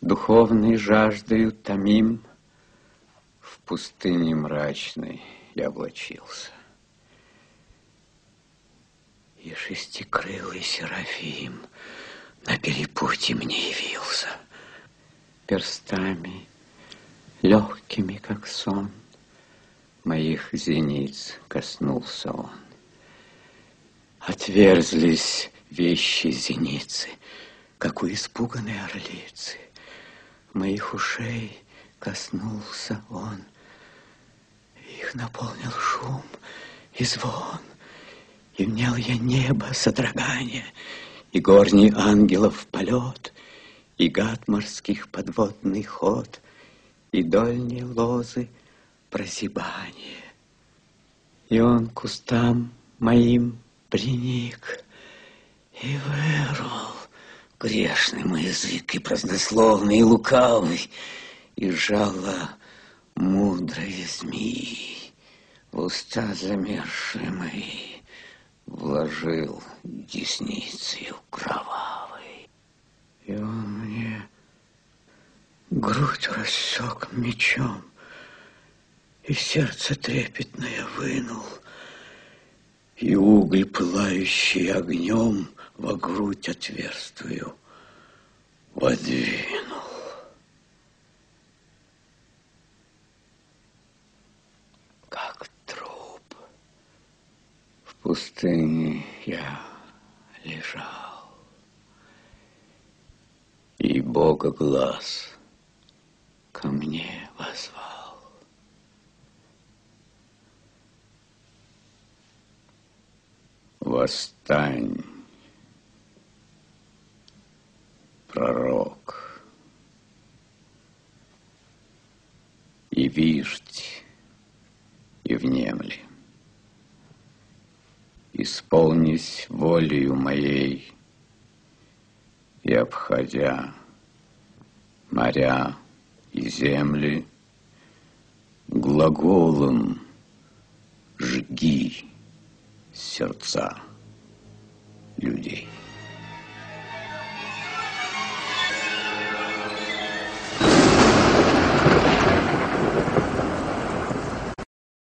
Духовной жаждою томим, в пустыне мрачной я облачился. И шестикрылый Серафим на перепутье мне явился. Перстами, легкими, как сон, моих зениц коснулся он. Отверзлись вещи зеницы, как у испуганной орлицы. Моих ушей коснулся он. Их наполнил шум и звон. И внял я небо содрогание, и горний ангелов полет, и гад морских подводный ход, и дольние лозы прозябание. И он к кустам моим приник и вырвал грешный мой язык, и празднословный, и лукавый, и жало мудрые змеи в уста замерзшие мои вложил десницею кровавой. И он мне грудь рассек мечом, и сердце трепетное вынул, и уголь, пылающий огнем, во грудь отверстую водвинул. Как труп в пустыне я лежал, и Бога глаз ко мне воззвал. Восстань, пророк, и виждь, и внемли. Исполнись волею моей, и обходя моря и земли, глаголом жги сердца людей.